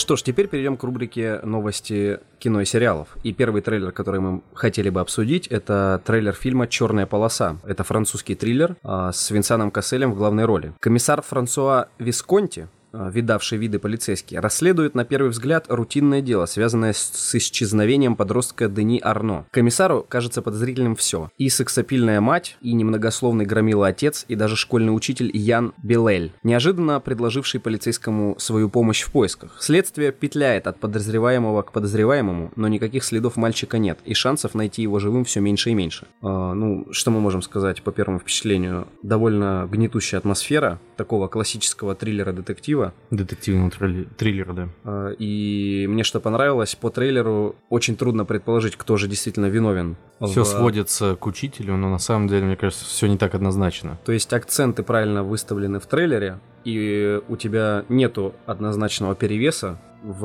Что ж, теперь перейдем к рубрике «Новости кино и сериалов». И первый трейлер, который мы хотели бы обсудить, это трейлер фильма «Черная полоса». Это французский триллер с Винсаном Касселем в главной роли. Комиссар Франсуа Висконти, видавший виды полицейский, расследует на первый взгляд рутинное дело, связанное с исчезновением подростка Дени Арно. Комиссару кажется подозрительным все. И сексапильная мать, и немногословный громила отец, и даже школьный учитель Ян Белель, неожиданно предложивший полицейскому свою помощь в поисках. Следствие петляет от подозреваемого к подозреваемому, но никаких следов мальчика нет, и шансов найти его живым все меньше и меньше. Что мы можем сказать по первому впечатлению? Довольно гнетущая атмосфера такого классического триллера-детектива. Детективного триллера, да. И мне что понравилось, по трейлеру очень трудно предположить, кто же действительно виновен. Все сводится к учителю, но на самом деле, мне кажется, все не так однозначно. То есть акценты правильно выставлены в трейлере, и у тебя нету однозначного перевеса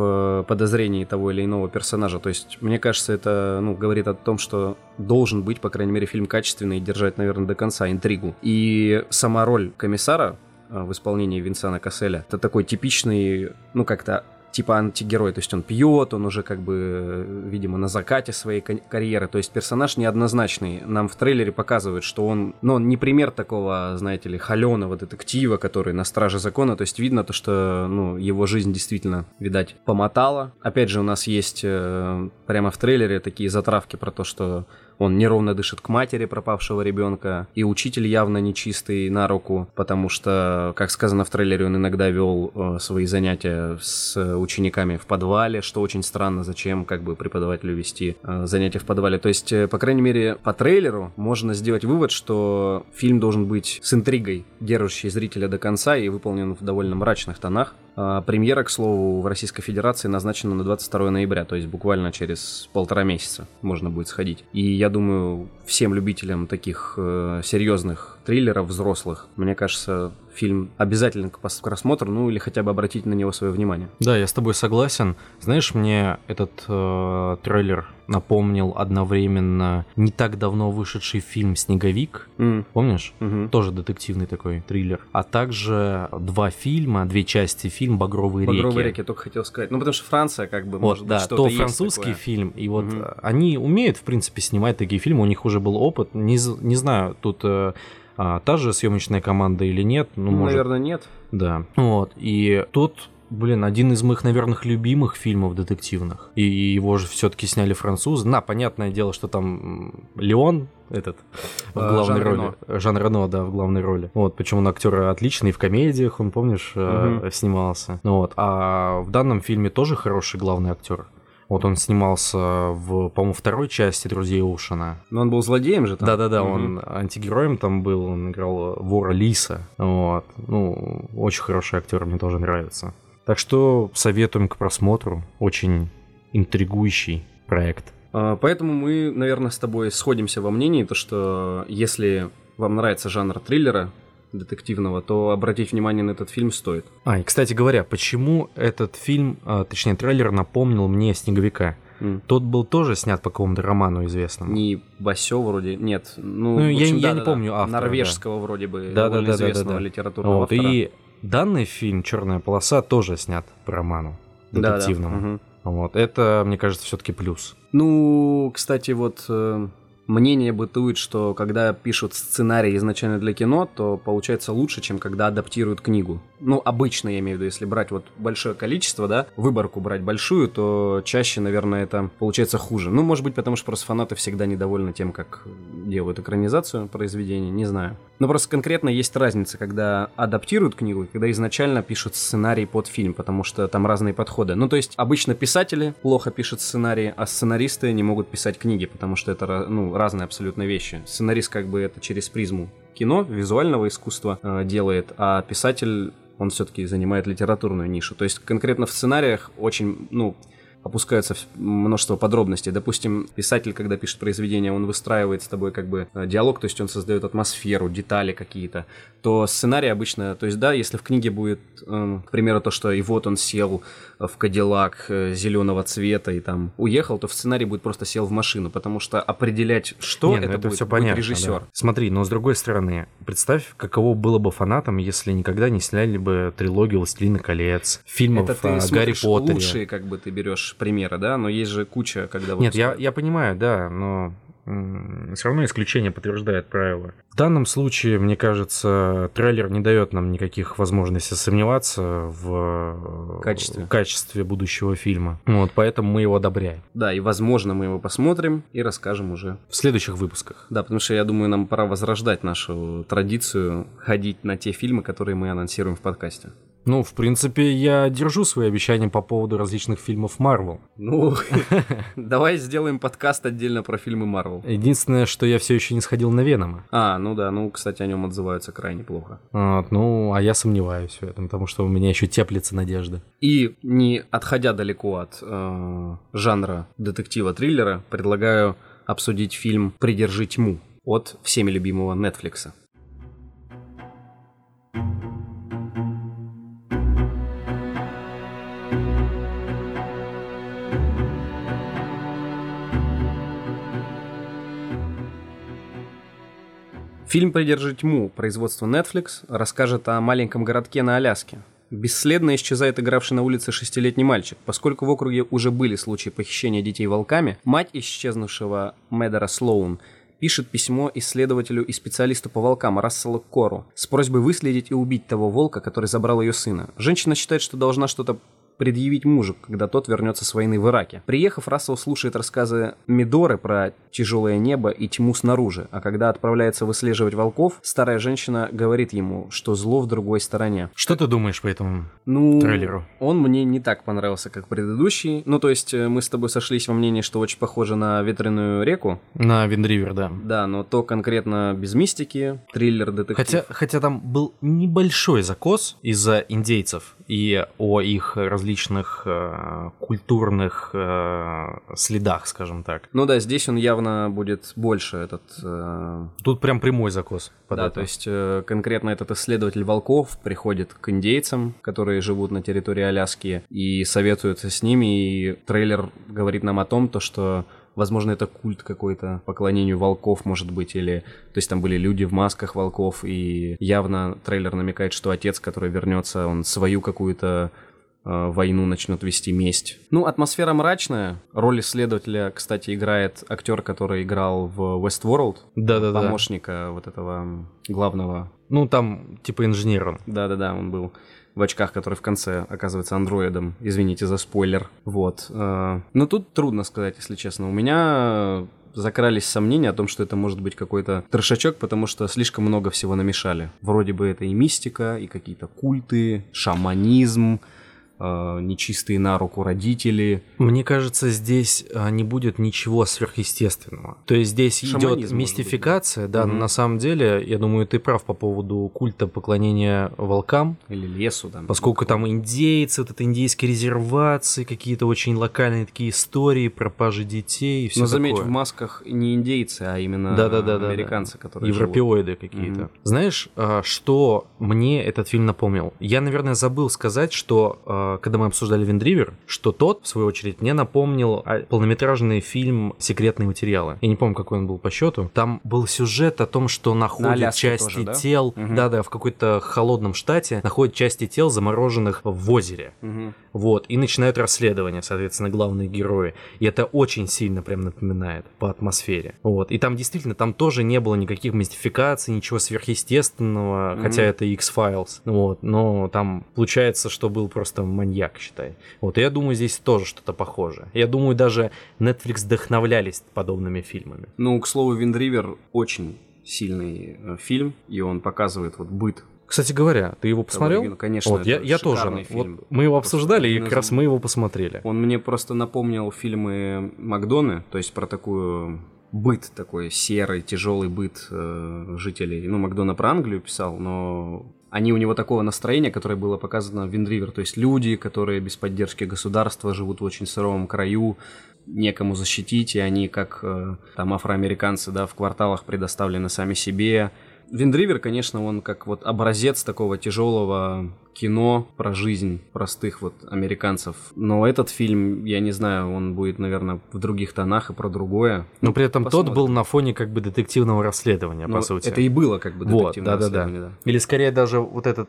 в подозрении того или иного персонажа. То есть, мне кажется, это говорит о том, что должен быть, по крайней мере, фильм качественный и держать, наверное, до конца интригу. И сама роль комиссара в исполнении Винсана Касселя, это такой типичный, как-то типа антигерой, то есть он пьет, он уже видимо, на закате своей карьеры, то есть персонаж неоднозначный. Нам в трейлере показывают, что он не пример такого, знаете ли, холёного детектива, который на страже закона, то есть видно то, что, его жизнь действительно, видать, помотала. Опять же, у нас есть прямо в трейлере такие затравки про то, что он неровно дышит к матери пропавшего ребенка, и учитель явно нечистый на руку, потому что, как сказано в трейлере, он иногда вел свои занятия с учениками в подвале, что очень странно, зачем преподавателю вести занятия в подвале. То есть, по крайней мере, по трейлеру можно сделать вывод, что фильм должен быть с интригой, держащий зрителя до конца и выполнен в довольно мрачных тонах. Премьера, к слову, в Российской Федерации назначена на 22 ноября, то есть буквально через 1,5 месяца можно будет сходить. И я думаю, всем любителям таких серьезных триллеров взрослых, мне кажется, фильм обязательно к просмотру, или хотя бы обратить на него свое внимание. Да, я с тобой согласен. Знаешь, мне этот трейлер напомнил одновременно не так давно вышедший фильм «Снеговик». Помнишь? Тоже детективный такой триллер. А также две части фильма «Багровые реки». «Багровые реки», я только хотел сказать. Потому что Франция, может быть, что-то то есть французский такое. Фильм. И они умеют, в принципе, снимать такие фильмы. У них уже был опыт. Не знаю, тут та же съемочная команда или нет. Наверное, нет. Да. И тут... один из моих, наверное, любимых фильмов детективных. И его же все-таки сняли французы. Понятное дело, что там Леон, в главной роли. Жан Рено, да, в главной роли. Причем он актер отличный, в комедиях, он, помнишь, снимался. А в данном фильме тоже хороший главный актер. Он снимался по-моему, второй части «Друзей Оушена». Но он был злодеем же там? Да-да-да, он антигероем там был, он играл вора Лиса. Очень хороший актер, мне тоже нравится. Так что советуем к просмотру. Очень интригующий проект. Поэтому мы, наверное, с тобой сходимся во мнении, то что если вам нравится жанр триллера детективного, то обратить внимание на этот фильм стоит. И, кстати говоря, почему этот фильм, точнее трейлер, напомнил мне «Снеговика»? Тот был тоже снят по какому-то роману известному. Не Басё вроде, нет. Я не помню автора. Норвежского вроде бы, довольно известного литературного автора. И данный фильм «Черная полоса» тоже снят по роману детективному. Это, мне кажется, все-таки плюс. Кстати, мнение бытует, что когда пишут сценарий изначально для кино, то получается лучше, чем когда адаптируют книгу. Обычно, я имею в виду, если брать большое количество, да, выборку брать большую, то чаще, наверное, это получается хуже. Может быть, потому что просто фанаты всегда недовольны тем, как делают экранизацию произведения, не знаю. Но просто конкретно есть разница, когда адаптируют книгу и когда изначально пишут сценарий под фильм, потому что там разные подходы. То есть, обычно писатели плохо пишут сценарии, а сценаристы не могут писать книги, потому что это, разные абсолютно вещи. Сценарист это через призму кино, визуального искусства делает, а писатель, он все-таки занимает литературную нишу. То есть конкретно в сценариях очень, опускаются множество подробностей. Допустим, писатель, когда пишет произведение, он выстраивает с тобой как бы диалог, то есть он создает атмосферу, детали какие-то, то сценарий обычно, то есть да, если в книге будет, к примеру, то, что и вот он сел в Кадиллак зеленого цвета и там уехал, то в сценарии будет просто сел в машину, потому что определять, что это будет, все будет понятно, режиссер. Да. Смотри, но с другой стороны, представь, каково было бы фанатам, если никогда не сняли бы трилогию «Властелина колец», фильмов о Гарри Поттере. Лучшие, как бы ты берешь примеры, да, но есть же куча, когда... Нет, я понимаю, да, но все равно исключение подтверждает правило. В данном случае, мне кажется, трейлер не дает нам никаких возможностей сомневаться в качестве будущего фильма. Вот, поэтому мы его одобряем. Да, и, возможно, мы его посмотрим и расскажем уже в следующих выпусках. Да, потому что, я думаю, нам пора возрождать нашу традицию ходить на те фильмы, которые мы анонсируем в подкасте. Ну, в принципе, я держу свои обещания по поводу различных фильмов Marvel. Ну, давай сделаем подкаст отдельно про фильмы Marvel. Единственное, что я все еще не сходил на Венома. Ну да, кстати, о нем отзываются крайне плохо. А я сомневаюсь в этом, потому что у меня еще теплится надежда. И не отходя далеко от жанра детектива-триллера, предлагаю обсудить фильм «Придержи тьму» от всеми любимого Netflix. Фильм «Придержи тьму» производства Netflix расскажет о маленьком городке на Аляске. Бесследно исчезает игравший на улице 6-летний мальчик. Поскольку в округе уже были случаи похищения детей волками, мать исчезнувшего Мэдора Слоун пишет письмо исследователю и специалисту по волкам Расселу Кору с просьбой выследить и убить того волка, который забрал ее сына. Женщина считает, что должна что-то предъявить мужу, когда тот вернется с войны в Ираке. Приехав, Рассел слушает рассказы Мидоры про тяжелое небо и тьму снаружи, а когда отправляется выслеживать волков, старая женщина говорит ему, что зло в другой стороне. Что ты думаешь по этому трейлеру? Он мне не так понравился, как предыдущий. То есть мы с тобой сошлись во мнении, что очень похоже на «Ветреную реку». На Виндривер, да. Да, но то конкретно без мистики, триллер-детектив. Хотя там был небольшой закос из-за индейцев и о их различных культурных следах, скажем так. Ну да, здесь он явно будет больше этот... Тут прям прямой закос. Да, то есть конкретно этот исследователь волков приходит к индейцам, которые живут на территории Аляски, и советуется с ними, и трейлер говорит нам о том, что... Возможно, это культ какой-то, поклонению волков, может быть, или... То есть там были люди в масках волков, и явно трейлер намекает, что отец, который вернется, он свою какую-то войну начнет вести, месть. Атмосфера мрачная. Роль исследователя, кстати, играет актер, который играл в Westworld. Да-да-да. Помощника вот этого главного. Там типа инженер он. Да-да-да, он был в очках, который в конце оказывается андроидом. Извините за спойлер. Вот. Но тут трудно сказать, если честно. У меня закрались сомнения о том, что это может быть какой-то трешачок, потому что слишком много всего намешали. Вроде бы это и мистика, и какие-то культы, шаманизм, нечистые на руку родители. Мне кажется, здесь не будет ничего сверхъестественного. То есть здесь идет мистификация, да, но на самом деле, я думаю, ты прав по поводу культа поклонения волкам. Или лесу, да. Поскольку там индейцы, вот это индейские резервации, какие-то очень локальные такие истории, пропажи детей и все такое. Но заметь, в масках не индейцы, а именно американцы, которые европеоиды какие-то. Знаешь, что мне этот фильм напомнил? Я, наверное, забыл сказать, что когда мы обсуждали Виндривер, что тот, в свою очередь, мне напомнил полнометражный фильм «Секретные материалы». Я не помню, какой он был по счету. Там был сюжет о том, что находят части тоже, тел, да, в какой-то холодном штате, находят части тел, замороженных в озере. Вот, и начинают расследование, соответственно, главные герои. И это очень сильно прям напоминает по атмосфере. Вот, и там действительно, там тоже не было никаких мистификаций, ничего сверхъестественного, хотя это X-Files. Вот, но там получается, что был просто маньяк, считай. Вот, и я думаю, здесь тоже что-то похожее. Я думаю, даже Netflix вдохновлялись подобными фильмами. К слову, Виндривер очень сильный фильм, и он показывает быт. Кстати говоря, ты его посмотрел? Конечно, вот, я тоже. Вот мы его обсуждали, и как раз мы его посмотрели. Он мне просто напомнил фильмы Макдоны, то есть про такую быт, такой серый, тяжелый быт жителей. Макдона про Англию писал, но они у него такого настроения, которое было показано в Wind River, то есть люди, которые без поддержки государства живут в очень суровом краю, некому защитить, и они, как там афроамериканцы, да, в кварталах предоставлены сами себе. Wind River, конечно, он как вот образец такого тяжелого кино про жизнь простых вот американцев. Но этот фильм, я не знаю, он будет, наверное, в других тонах и про другое. Но при этом посмотрим. тот был на фоне как бы детективного расследования, по сути. Это и было как бы детективное расследование, да. Или скорее даже вот этот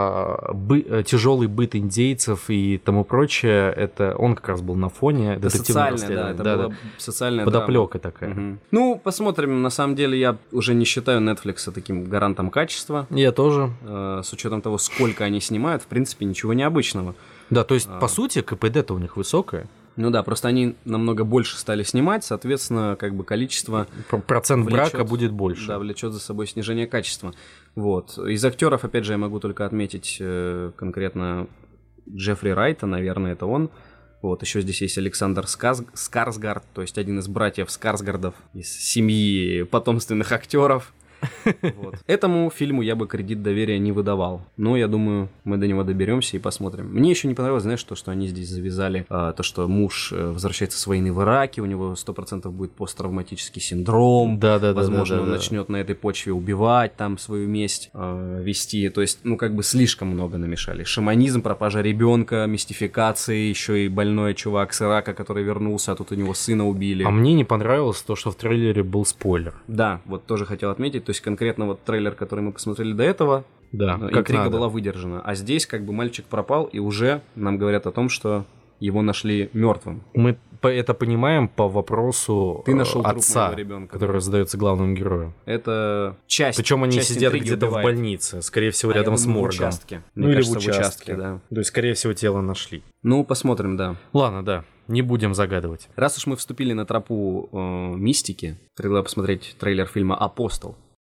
тяжелый быт индейцев и тому прочее, это он как раз был на фоне детективного расследования. Да, это была социальная подоплека такая. Угу. Ну, посмотрим. На самом деле, я уже не считаю Netflix таким гарантом качества. Я тоже. С учетом того, сколько они снимают, в принципе, ничего необычного. Да, то есть, по сути, КПД-то у них высокое. Ну да, просто они намного больше стали снимать, соответственно, как бы количество... Процент брака будет больше. Да, влечет за собой снижение качества. Вот. Из актеров, опять же, я могу только отметить конкретно Джеффри Райта, наверное, это он. Вот, еще здесь есть Александр Скарсгард, то есть один из братьев Скарсгардов из семьи потомственных актеров. Вот. Этому фильму я бы кредит доверия не выдавал. Но я думаю, мы до него доберемся и посмотрим. Мне еще не понравилось, знаешь, что они здесь завязали, то, что муж возвращается с войны в Ираке, у него 100% будет посттравматический синдром. Возможно, он начнет на этой почве убивать, там свою месть вести. То есть, ну, как бы слишком много намешали. Шаманизм, пропажа ребенка, мистификации, еще и больной чувак с Ирака, который вернулся, а тут у него сына убили. А мне не понравилось то, что в трейлере был спойлер. Да, вот тоже хотел отметить. То есть конкретно вот трейлер, который мы посмотрели до этого, да, интрига была выдержана. А здесь как бы мальчик пропал, и уже нам говорят о том, что его нашли мертвым. Мы это понимаем по вопросу Ты нашел отца, ребенка, который задается главному герою. Это часть. Причем они сидят где-то убивает. в больнице, скорее всего, рядом с моргом. В участке. Мне кажется, в участке, да. То есть, скорее всего, тело нашли. Ну, посмотрим, да. Ладно, да. Не будем загадывать. Раз уж мы вступили на тропу мистики, предлагаю посмотреть трейлер фильма «Апостол».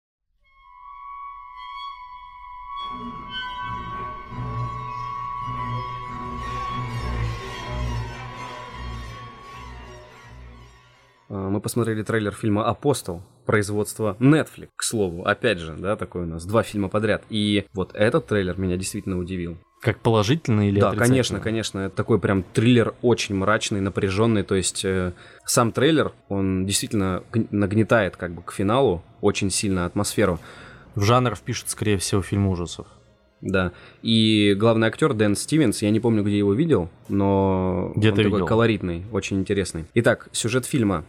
Мы посмотрели трейлер фильма «Апостол», производства Netflix, к слову. Опять же, да, такой у нас 2 фильма подряд. И вот этот трейлер меня действительно удивил. Как положительно или отрицательно? Да, конечно. Это такой прям триллер очень мрачный, напряженный. То есть сам трейлер, он действительно нагнетает как бы к финалу очень сильно атмосферу. В жанр впишет, скорее всего, фильм ужасов. Да, и главный актер Дэн Стивенс, я не помню, где его видел, но где-то он такой видел. Колоритный, очень интересный. Итак, сюжет фильма.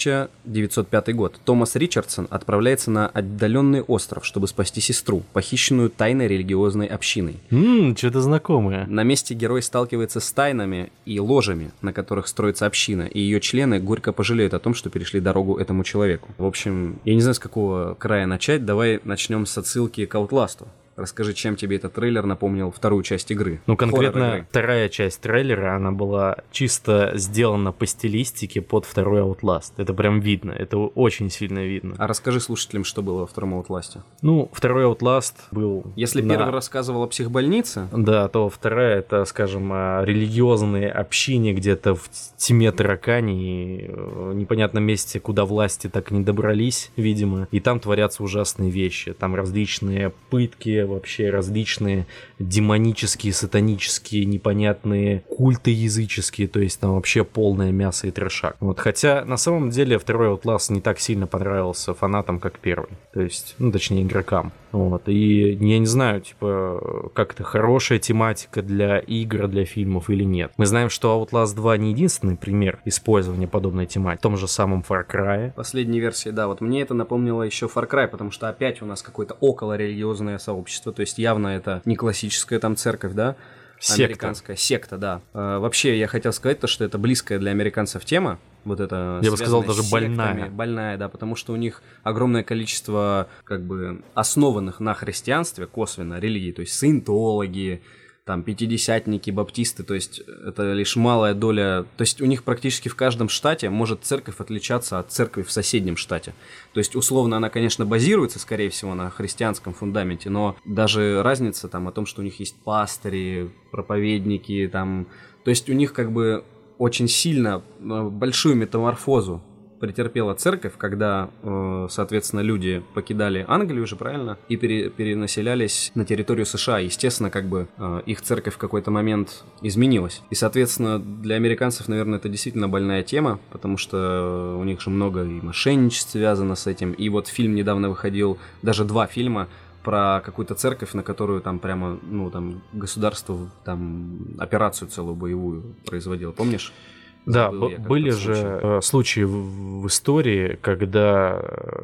1905 год. Томас Ричардсон отправляется на отдаленный остров, чтобы спасти сестру, похищенную тайной религиозной общиной. Что-то знакомое. На месте герой сталкивается с тайнами и ложами, на которых строится община, и ее члены горько пожалеют о том, что перешли дорогу этому человеку. В общем, я не знаю, с какого края начать, давай начнем с отсылки к Outlast'у. Расскажи, чем тебе этот трейлер напомнил вторую часть игры? Ну, конкретно вторая часть трейлера, она была чисто сделана по стилистике под второй Outlast. Это прям видно, это очень сильно видно. А расскажи слушателям, что было во втором Outlast'е. Ну, второй Outlast был... Если первый рассказывал о психбольнице... Да, то вторая, это, скажем, о религиозной общине где-то в тьме таракани, в непонятном месте, куда власти так и не добрались, видимо. И там творятся ужасные вещи. Там различные пытки, вообще различные демонические, сатанические, непонятные культы языческие, то есть там вообще полное мясо и трешак. Вот, хотя на самом деле второй Outlast не так сильно понравился фанатам, как первый, то есть, ну, точнее, игрокам. Вот, и я не знаю, типа, как это хорошая тематика для игр, для фильмов или нет. Мы знаем, что Outlast 2 не единственный пример использования подобной тематики. В том же самом Far Cry. Последней версии, да, вот мне это напомнило еще Far Cry, потому что опять у нас какое-то околорелигиозное сообщество, то есть явно это не классическая там церковь, да, американская секта, да. Вообще я хотел сказать то, что это близкая для американцев тема, вот это, я бы сказал, даже больная, да, потому что у них огромное количество как бы основанных на христианстве косвенно религий, то есть саентологи, там пятидесятники, баптисты, то есть это лишь малая доля, то есть у них практически в каждом штате может церковь отличаться от церкви в соседнем штате. То есть условно она, конечно, базируется, скорее всего, на христианском фундаменте, но даже разница там о том, что у них есть пастыри, проповедники, там, то есть у них как бы очень сильно большую метаморфозу претерпела церковь, когда, соответственно, люди покидали Англию же, правильно, и перенаселялись на территорию США. Естественно, как бы их церковь в какой-то момент изменилась. И, соответственно, для американцев, наверное, это действительно больная тема, потому что у них же много и мошенничеств связано с этим. И вот фильм недавно выходил, даже 2 фильма, про какую-то церковь, на которую там прямо, ну, там, государство там операцию целую боевую производило, помнишь? Да, были же случаи в истории, когда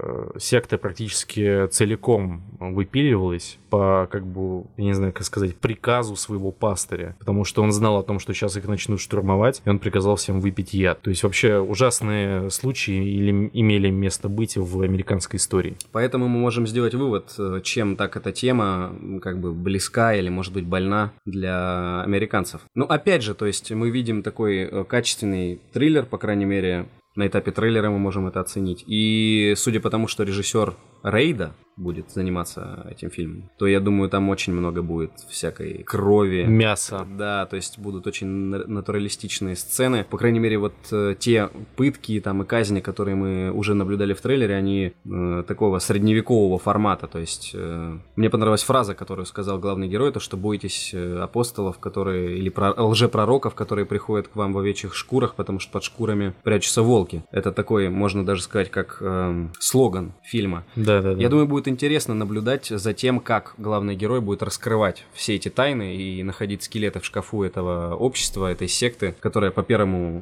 секта практически целиком выпиливалась по, как бы, я не знаю, как сказать, приказу своего пастыря, потому что он знал о том, что сейчас их начнут штурмовать, и он приказал всем выпить яд. То есть вообще ужасные случаи имели место быть в американской истории. Поэтому мы можем сделать вывод, чем так эта тема как бы близка или, может быть, больна для американцев. Но опять же, то есть мы видим такой качественный триллер, по крайней мере, на этапе трейлера мы можем это оценить. И судя по тому, что режиссер Рейда будет заниматься этим фильмом, то я думаю, там очень много будет всякой крови. Мяса. Да, то есть будут очень натуралистичные сцены. По крайней мере, вот те пытки там, и казни, которые мы уже наблюдали в трейлере, они такого средневекового формата. То есть мне понравилась фраза, которую сказал главный герой, то что бойтесь апостолов, которые, или лжепророков, которые приходят к вам в овечьих шкурах, потому что под шкурами прячутся волки. Это такой, можно даже сказать, как слоган фильма. Да. Я думаю, будет интересно наблюдать за тем, как главный герой будет раскрывать все эти тайны и находить скелеты в шкафу этого общества, этой секты, которая по первому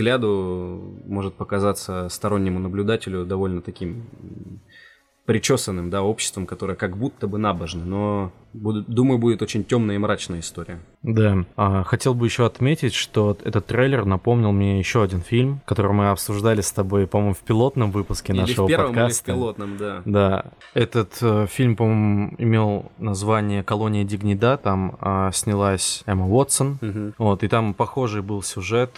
взгляду может показаться стороннему наблюдателю довольно таким причесанным, да, обществом, которое как будто бы набожно, но, думаю, будет очень темная и мрачная история. Да. Хотел бы еще отметить, что этот трейлер напомнил мне еще один фильм, который мы обсуждали с тобой, по-моему, в пилотном выпуске нашего подкаста. Или в первом, или в пилотном, да. Да. Этот фильм, по-моему, имел название «Колония Дигнида», там снялась Эмма Уотсон, вот, и там похожий был сюжет,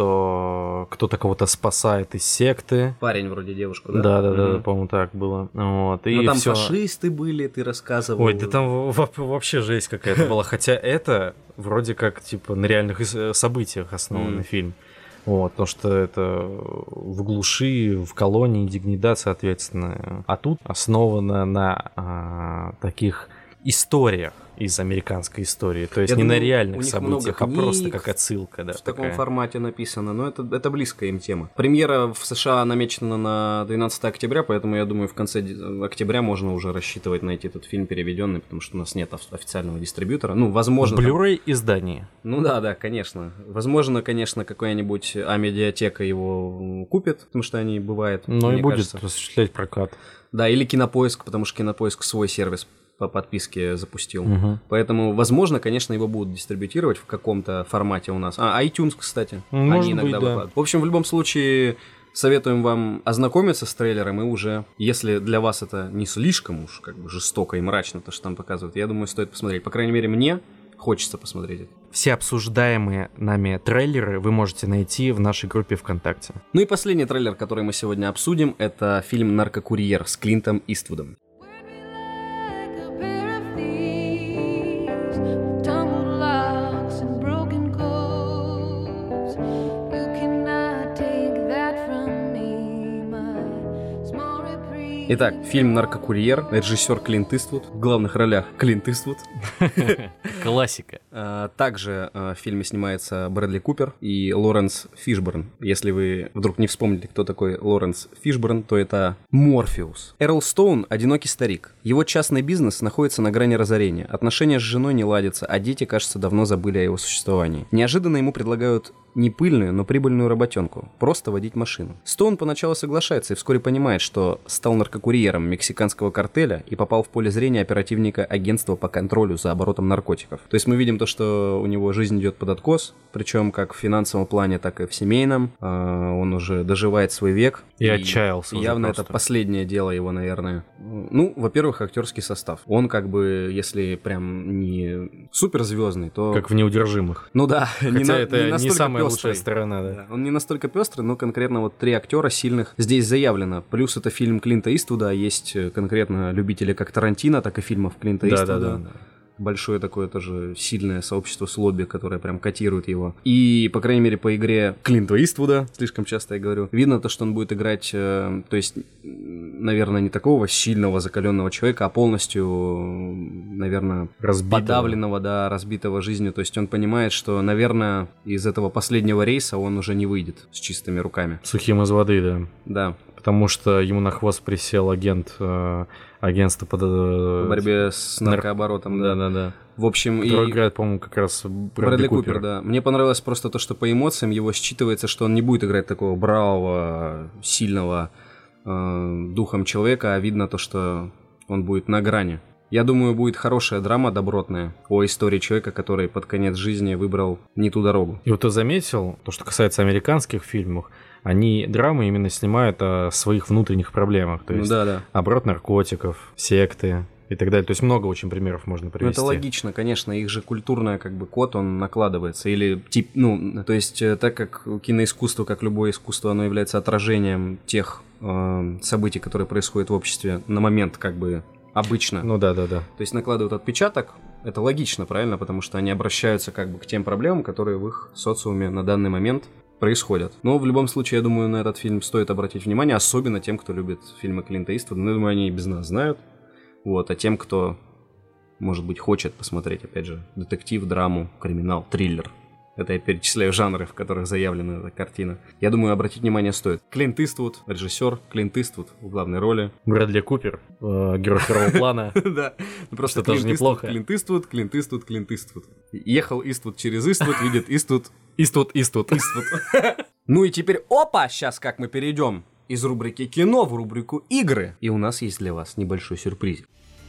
что кто-то кого-то спасает из секты. Парень вроде девушку, да? Да, по-моему, так было. Вот, и но там всё. фашисты были, ты рассказывал. Ой, да там вообще жесть какая-то была. Хотя это вроде как типа на реальных событиях основанный фильм. Вот, потому что это в глуши, в колонии Дигнидад, соответственно. А тут основано на таких историях из американской истории. То есть на реальных событиях, а просто как отсылка. Да, в таком формате написано. Но это близкая им тема. Премьера в США намечена на 12 октября, поэтому я думаю, в конце октября можно уже рассчитывать найти этот фильм переведенный, потому что у нас нет официального дистрибьютора. Ну, возможно... Blu-ray издание. Ну да, конечно. Возможно, конечно, какая-нибудь медиатека его купит, потому что они бывают. Ну и будет осуществлять прокат. Да, или Кинопоиск, потому что Кинопоиск свой сервис по подписке запустил. Поэтому, возможно, конечно, его будут дистрибьютировать в каком-то формате у нас. iTunes, кстати, может они иногда быть, выкладывают. В общем, в любом случае, советуем вам ознакомиться с трейлером, и уже, если для вас это не слишком уж как бы жестоко и мрачно, то, что там показывают, я думаю, стоит посмотреть. По крайней мере, мне хочется посмотреть это. Все обсуждаемые нами трейлеры вы можете найти в нашей группе ВКонтакте. Ну и последний трейлер, который мы сегодня обсудим, это фильм «Наркокурьер» с Клинтом Иствудом. Итак, фильм «Наркокурьер», режиссер Клинт Иствуд, в главных ролях Клинт Иствуд. Классика. Также в фильме снимается Брэдли Купер и Лоренс Фишборн. Если вы вдруг не вспомнили, кто такой Лоренс Фишборн, то это Морфеус. Эрл Стоун – одинокий старик. Его частный бизнес находится на грани разорения. Отношения с женой не ладятся, а дети, кажется, давно забыли о его существовании. Неожиданно ему предлагают не пыльную, но прибыльную работенку – просто водить машину. Стоун поначалу соглашается и вскоре понимает, что стал наркокурьером мексиканского картеля и попал в поле зрения оперативника агентства по контролю за оборотом наркотиков. То есть мы видим то, что у него жизнь идет под откос, причем как в финансовом плане, так и в семейном. Он уже доживает свой век. И отчаялся. Явно это последнее дело его, наверное. Ну, во-первых, актерский состав. Он как бы, если прям не суперзвездный, то... Как в «Неудержимых». Ну да. Хотя это не самая лучшая сторона, да. Он не настолько пестрый, но конкретно вот 3 актера сильных здесь заявлено. Плюс это фильм Клинта Иствуда, есть конкретно любители как Тарантино, так и фильмов Клинта Иствуда. Да. большое такое тоже сильное сообщество с лобби, которое прям котирует его. И, по крайней мере, по игре Клинта Иствуда, слишком часто я говорю, видно то, что он будет играть, то есть, наверное, не такого сильного, закаленного человека, а полностью, наверное, подавленного, да, разбитого жизнью. То есть он понимает, что, наверное, из этого последнего рейса он уже не выйдет с чистыми руками. Сухим из воды, да. Да. Потому что ему на хвост присел агентство по борьбе с наркооборотом. Да. В общем, который играет, по-моему, как раз Брэдли Купер, да. Мне понравилось просто то, что по эмоциям его считывается, что он не будет играть такого бравого, сильного духом человека, а видно то, что он будет на грани. Я думаю, будет хорошая драма добротная о истории человека, который под конец жизни выбрал не ту дорогу. И вот ты заметил, то, что касается американских фильмов, они драмы именно снимают о своих внутренних проблемах. То есть оборот наркотиков, секты и так далее. То есть много очень примеров можно привести. Ну, это логично, конечно. Их же культурный как бы код, он накладывается. Или тип, ну, то есть так как киноискусство, как любое искусство, оно является отражением тех событий, которые происходят в обществе на момент как бы обычно. Ну да. То есть накладывают отпечаток. Это логично, правильно? Потому что они обращаются как бы к тем проблемам, которые в их социуме на данный момент происходят. Но в любом случае, я думаю, на этот фильм стоит обратить внимание, особенно тем, кто любит фильмы Клинта Иствуда. Ну, я думаю, они и без нас знают. Вот, а тем, кто, может быть, хочет посмотреть, опять же, детектив, драму, криминал, триллер. Это я перечисляю жанры, в которых заявлена эта картина. Я думаю, обратить внимание стоит. Клинт Иствуд, режиссер, Клинт Иствуд в главной роли. Брэдли Купер, герой второго плана. Да, просто тоже неплохо. Клинт Иствуд. Ехал Иствуд через Иствуд, видит Иствуд. Ну и теперь, опа, сейчас как мы перейдем из рубрики кино в рубрику игры. И у нас есть для вас небольшой сюрприз.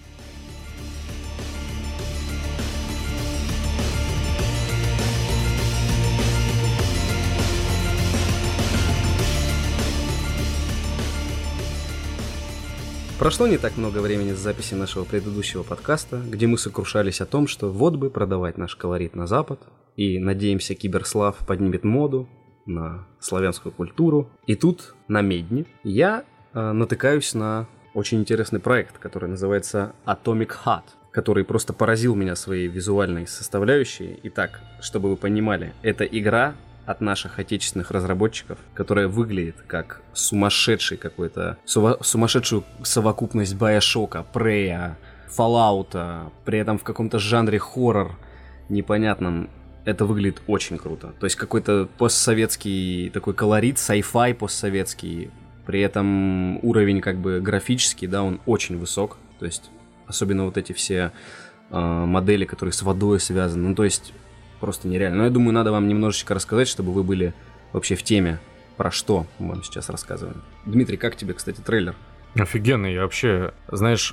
Прошло не так много времени с записи нашего предыдущего подкаста, где мы сокрушались о том, что вот бы продавать наш колорит на Запад, и, надеемся, Киберслав поднимет моду на славянскую культуру. И тут, на Медне, я натыкаюсь на очень интересный проект, который называется Atomic Heart, который просто поразил меня своей визуальной составляющей. Итак, чтобы вы понимали, это игра от наших отечественных разработчиков, которая выглядит как сумасшедший какой-то, сумасшедшую совокупность Bioshock'а, Prey'a, Fallout'а, при этом в каком-то жанре хоррор непонятном. Это выглядит очень круто. То есть какой-то постсоветский такой колорит, sci-fi постсоветский, при этом уровень как бы графический, да, он очень высок. То есть особенно вот эти все модели, которые с водой связаны, ну то есть просто нереально. Но я думаю, надо вам немножечко рассказать, чтобы вы были вообще в теме, про что мы вам сейчас рассказываем. Дмитрий, как тебе, кстати, трейлер? Офигенно, я вообще, знаешь,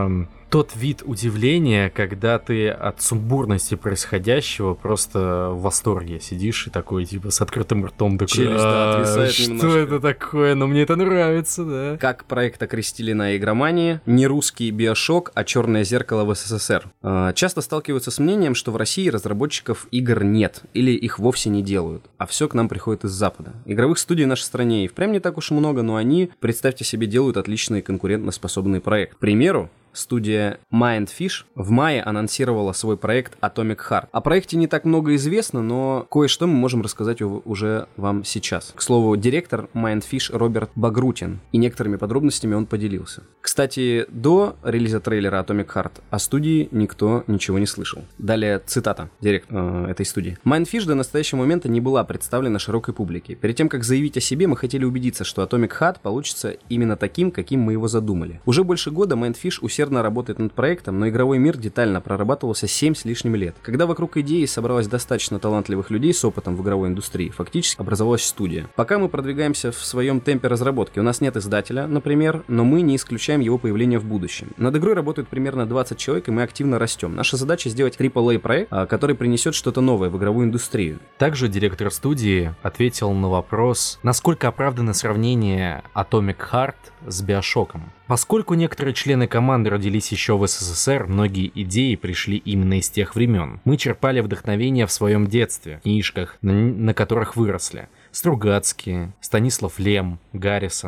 тот вид удивления, когда ты от сумбурности происходящего просто в восторге сидишь и такой, типа, с открытым ртом такой, челюсть, да, отвисает что немножко. это такое, но мне это нравится, да. Как проект окрестили на игромании, не русский Биошок, а черное зеркало в СССР. Часто сталкиваются с мнением, что в России разработчиков игр нет, или их вовсе не делают, а все к нам приходит из Запада. Игровых студий в нашей стране и впрямь не так уж много, но они, представьте себе, делают отличный конкурентоспособный проект. К примеру, студия Mindfish в мае анонсировала свой проект Atomic Heart. О проекте не так много известно, но кое-что мы можем рассказать уже вам сейчас. К слову, директор Mindfish Роберт Багрутин, и некоторыми подробностями он поделился. Кстати, до релиза трейлера Atomic Heart о студии никто ничего не слышал. Далее цитата директора этой студии. Mindfish до настоящего момента не была представлена широкой публике. Перед тем, как заявить о себе, мы хотели убедиться, что Atomic Heart получится именно таким, каким мы его задумали. Уже больше года Mindfish усердно работает над проектом, но игровой мир детально прорабатывался 7 с лишним лет. Когда вокруг идеи собралось достаточно талантливых людей с опытом в игровой индустрии, фактически образовалась студия. Пока мы продвигаемся в своем темпе разработки, у нас нет издателя, например, но мы не исключаем его появление в будущем. Над игрой работают примерно 20 человек, и мы активно растем. Наша задача сделать AAA проект, который принесет что-то новое в игровую индустрию. Также директор студии ответил на вопрос, насколько оправдано сравнение Atomic Heart с Биошоком. Поскольку некоторые члены команды родились еще в СССР, многие идеи пришли именно из тех времен. Мы черпали вдохновение в своем детстве, в книжках, на которых выросли. Стругацкий, Станислав Лем, Гаррисон.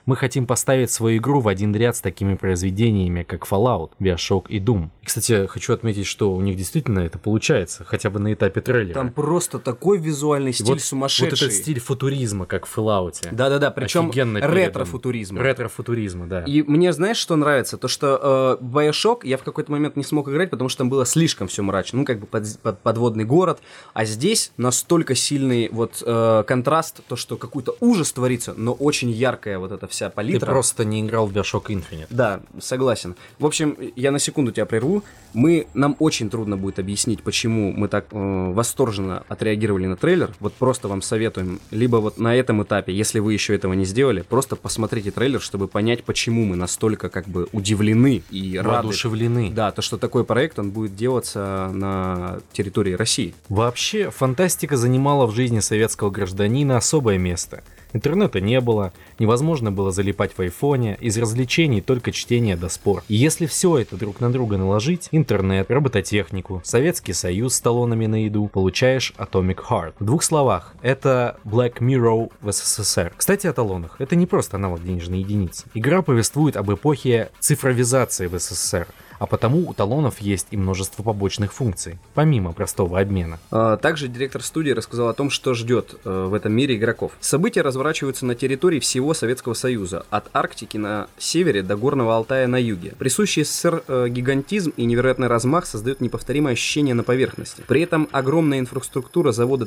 Мы хотим поставить свою игру в один ряд с такими произведениями, как Fallout, Bioshock и Doom. И, кстати, хочу отметить, что у них действительно это получается, хотя бы на этапе трейлера. Там просто такой визуальный стиль сумасшедший. Вот этот стиль футуризма, как в Fallout. Да-да-да, причем ретро-футуризма. Ретро-футуризма, да. И мне, знаешь, что нравится? То, что Bioshock я в какой-то момент не смог играть, потому что там было слишком все мрачно. Ну, как бы подводный город. А здесь настолько сильный вот контраст, то, что какой-то ужас творится, но очень яркая вот эта вся палитра. Ты просто не играл в Bioshock Infinite. Да, согласен. В общем, я на секунду тебя прерву. Нам очень трудно будет объяснить, почему мы так восторженно отреагировали на трейлер. Вот просто вам советуем, либо вот на этом этапе, если вы еще этого не сделали, просто посмотрите трейлер, чтобы понять, почему мы настолько как бы удивлены и воодушевлены. Да, то, что такой проект, он будет делаться на территории России. Вообще, фантастика занимала в жизни советского гражданина особое место. Интернета не было, невозможно было залипать в айфоне, из развлечений только чтение до спор. И если все это друг на друга наложить, интернет, робототехнику, Советский Союз с талонами на еду, получаешь Atomic Heart. В двух словах, это Black Mirror в СССР. Кстати, о талонах. Это не просто аналог денежной единицы. Игра повествует об эпохе цифровизации в СССР. А потому у талонов есть и множество побочных функций, помимо простого обмена. Также директор студии рассказал о том, что ждет в этом мире игроков. События разворачиваются на территории всего Советского Союза, от Арктики на севере до Горного Алтая на юге. Присущий СССР гигантизм и невероятный размах создают неповторимое ощущение на поверхности. При этом огромная инфраструктура завода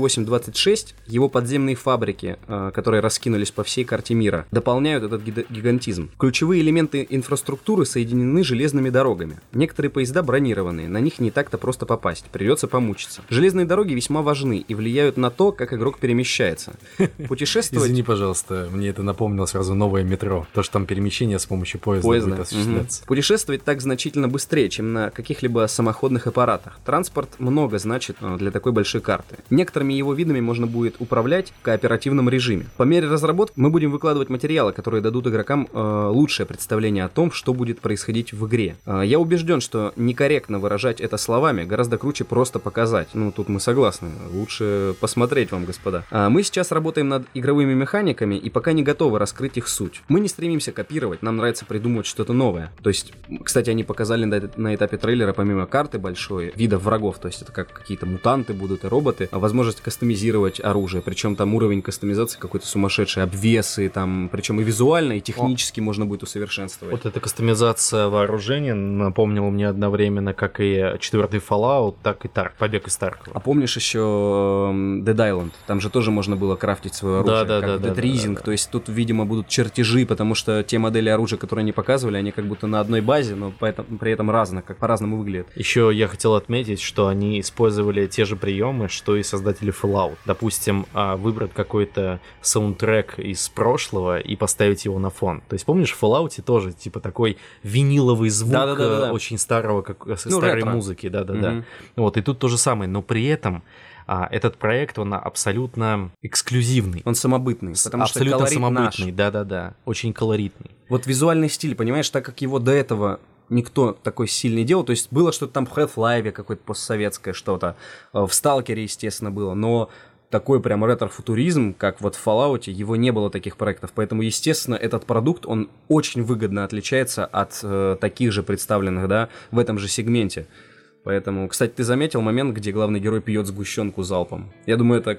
3826, его подземные фабрики, которые раскинулись по всей карте мира, дополняют этот гигантизм. Ключевые элементы инфраструктуры соединены железными дорогами. Некоторые поезда бронированные, на них не так-то просто попасть, придется помучиться. Железные дороги весьма важны и влияют на то, как игрок перемещается. Путешествовать... Извини, пожалуйста, мне это напомнило сразу новое метро, то, что там перемещение с помощью поезда будет осуществляться. Путешествовать так значительно быстрее, чем на каких-либо самоходных аппаратах. Транспорт много значит для такой большой карты. Некоторыми его видами можно будет управлять в кооперативном режиме. По мере разработки мы будем выкладывать материалы, которые дадут игрокам лучшее представление о том, что будет происходить в игре. Я убежден, что некорректно выражать это словами, гораздо круче просто показать. Ну, тут мы согласны. Лучше посмотреть вам, господа. Мы сейчас работаем над игровыми механиками и пока не готовы раскрыть их суть. Мы не стремимся копировать, нам нравится придумывать что-то новое. То есть, кстати, они показали на этапе трейлера, помимо карты большой, видов врагов, то есть это как какие-то мутанты будут и роботы, возможность кастомизировать оружие, причем там уровень кастомизации какой-то сумасшедший, обвесы, там, причем и визуально, и технически можно будет усовершенствовать. Вот эта кастомизация вооружения напомнил мне одновременно как и 4-й Fallout, так и Побег из Таркова. А помнишь еще Dead Island? Там же тоже можно было крафтить свое оружие, как Dead Rising. То есть тут, видимо, будут чертежи, потому что те модели оружия, которые они показывали, они как будто на одной базе, но при этом как по-разному выглядят. Еще я хотел отметить, что они использовали те же приемы, что и создатели Fallout. Допустим, выбрать какой-то саундтрек из прошлого и поставить его на фон. То есть помнишь, в Fallout тоже типа такой виниловый звук, очень старого, старой ретро. Музыки, да. Вот, и тут то же самое, но при этом этот проект, он абсолютно эксклюзивный. Он самобытный, потому абсолютно что колорит самобытный, да, очень колоритный. Вот визуальный стиль, понимаешь, так как его до этого никто такой сильный делал, то есть было что-то там в Half-Life, какое-то постсоветское что-то, в Сталкере, естественно, было, но такой прям ретро-футуризм, как вот в Fallout, его не было таких проектов, поэтому, естественно, этот продукт, он очень выгодно отличается от таких же представленных, да, в этом же сегменте. Поэтому, кстати, ты заметил момент, где главный герой пьет сгущенку залпом? Я думаю, это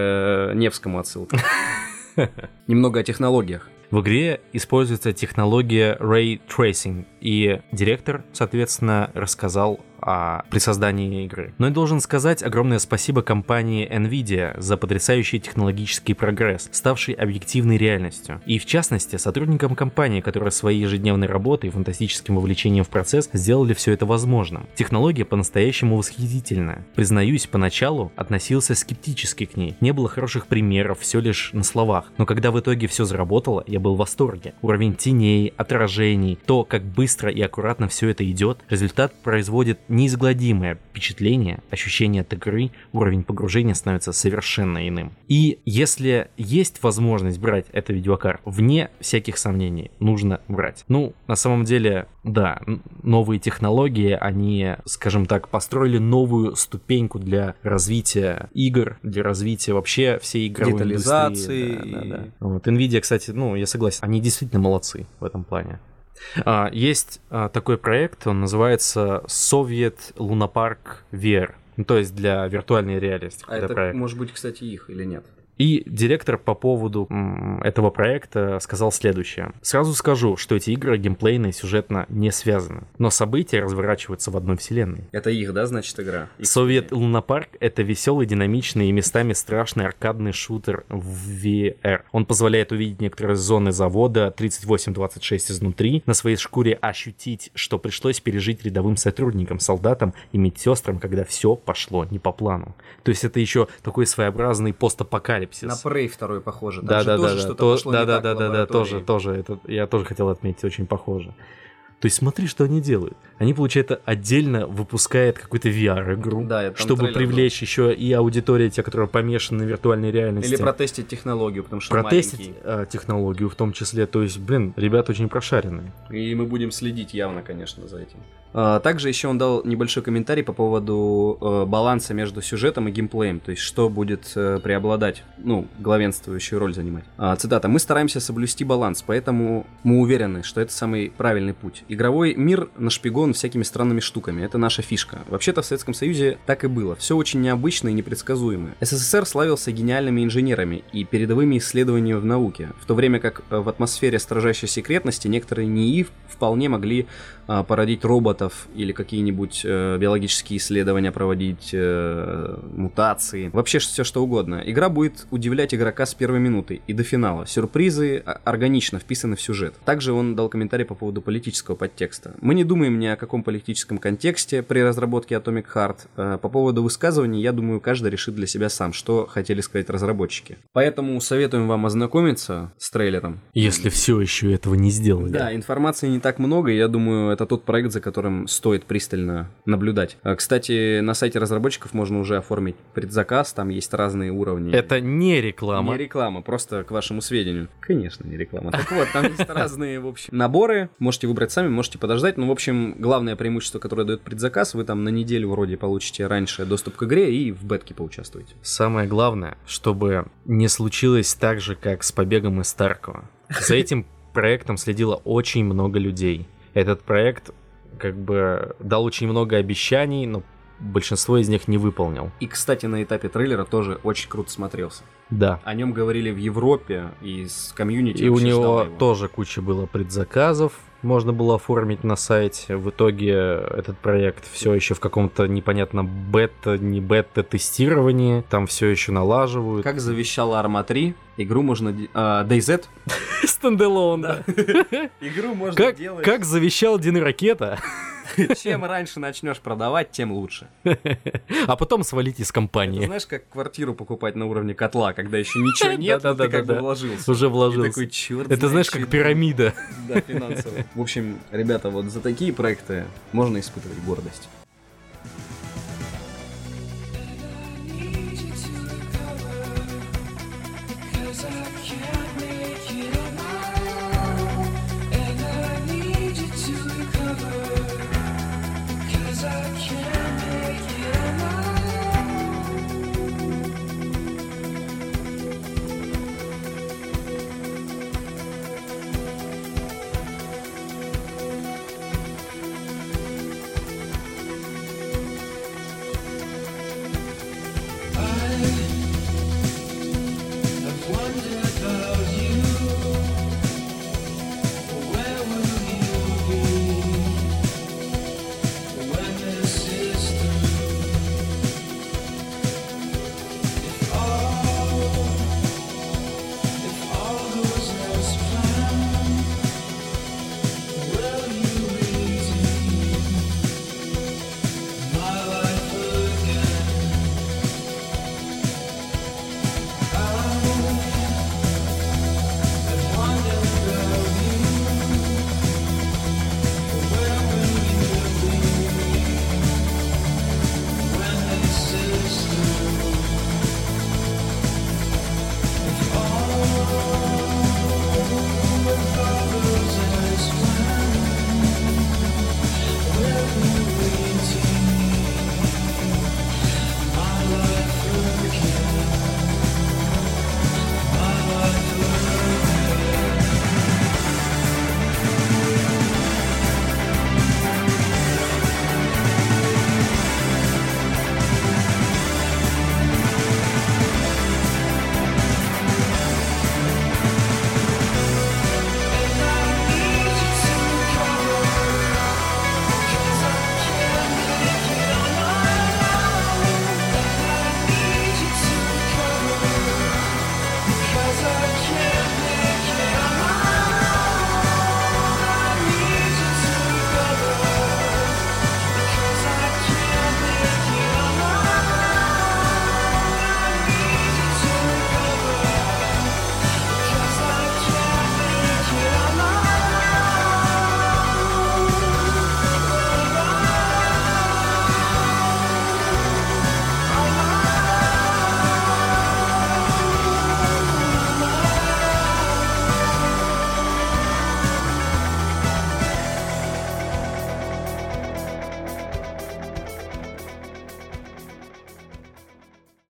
к Невскому отсылка. Немного о технологиях. В игре используется технология Ray Tracing, и директор, соответственно, рассказал при создании игры. Но я должен сказать огромное спасибо компании Nvidia за потрясающий технологический прогресс, ставший объективной реальностью. И в частности, сотрудникам компании, которые своей ежедневной работой и фантастическим вовлечением в процесс сделали все это возможным. Технология по-настоящему восхитительная. Признаюсь, поначалу относился скептически к ней. Не было хороших примеров, все лишь на словах. Но когда в итоге все заработало, я был в восторге. Уровень теней, отражений, то, как быстро быстро и аккуратно все это идет, результат производит неизгладимое впечатление, ощущение от игры, уровень погружения становится совершенно иным. И если есть возможность брать эту видеокарту, вне всяких сомнений, нужно брать. Ну, на самом деле, да, новые технологии, они, скажем так, построили новую ступеньку для развития игр, для развития вообще всей игровой детализации. индустрии. Да. Вот. Nvidia, кстати, ну, я согласен, они действительно молодцы в этом плане. Есть такой проект, он называется Soviet Luna Park VR, ну, то есть для виртуальной реальности. Это проект. Может быть, кстати, их или нет? И директор по поводу этого проекта сказал следующее. Сразу скажу, что эти игры геймплейно и сюжетно не связаны, но события разворачиваются в одной вселенной. Это их, да, значит, игра? Soviet Luna Park — это веселый, динамичный и местами страшный аркадный шутер в VR. Он позволяет увидеть некоторые зоны завода 3826 изнутри, на своей шкуре ощутить, что пришлось пережить рядовым сотрудникам, солдатам и медсестрам, когда все пошло не по плану. То есть это еще такой своеобразный постапокалипсис. На Prey 2 похоже. Да, Да, тоже. Это я тоже хотел отметить, очень похоже. То есть смотри, что они делают. Они, получается, отдельно выпускают какую-то VR-игру, да, чтобы привлечь еще и аудиторию, те, которые помешаны на виртуальной реальности. Или протестить технологию, потому что протестить технологию в том числе. То есть, ребята очень прошаренные. И мы будем следить явно, конечно, за этим. Также еще он дал небольшой комментарий по поводу баланса между сюжетом и геймплеем, то есть что будет преобладать, главенствующую роль занимать. Цитата: «Мы стараемся соблюсти баланс, поэтому мы уверены, что это самый правильный путь. Игровой мир нашпигован всякими странными штуками, это наша фишка. Вообще-то в Советском Союзе так и было, все очень необычно и непредсказуемо. СССР славился гениальными инженерами и передовыми исследованиями в науке, в то время как в атмосфере строжайшей секретности некоторые НИИ вполне могли породить роботов или какие-нибудь биологические исследования проводить, мутации, вообще все что угодно. Игра будет удивлять игрока с первой минуты и до финала. Сюрпризы органично вписаны в сюжет». Также он дал комментарий по поводу политического подтекста. «Мы не думаем ни о каком политическом контексте при разработке Atomic Heart. По поводу высказываний, я думаю, каждый решит для себя сам, что хотели сказать разработчики. Поэтому советуем вам ознакомиться с трейлером. Если все еще этого не сделали. Да, информации не так много, и я думаю, это тот проект, за которым стоит пристально наблюдать. Кстати, на сайте разработчиков можно уже оформить предзаказ, там есть разные уровни. Это не реклама. Не реклама, просто к вашему сведению. Конечно, не реклама. Так вот, там есть разные, в общем, наборы, можете выбрать сами, можете подождать, но, в общем, главное преимущество, которое дает предзаказ, вы там на неделю вроде получите раньше доступ к игре и в бетке поучаствуете. Самое главное, чтобы не случилось так же, как с побегом из Таркова. За этим проектом следило очень много людей. Этот проект дал очень много обещаний, но большинство из них не выполнил. И, кстати, на этапе трейлера тоже очень круто смотрелся. Да. О нем говорили в Европе, и с комьюнити. И у него тоже куча было предзаказов, можно было оформить на сайте. В итоге этот проект все еще в каком-то непонятно не бета-тестировании. Там все еще налаживают. Как завещала Arma 3, игру можно... DayZ? Стендалон, да. Игру можно делать... Как завещал Дин Ракета. Чем раньше начнешь продавать, тем лучше. А потом свалить из компании. Это, знаешь, как квартиру покупать на уровне котла, когда еще ничего нет, но ты как бы вложился. Уже вложился. И такой, черт. Это, знаешь, как пирамида. Да, финансово. В общем, ребята, вот за такие проекты можно испытывать гордость.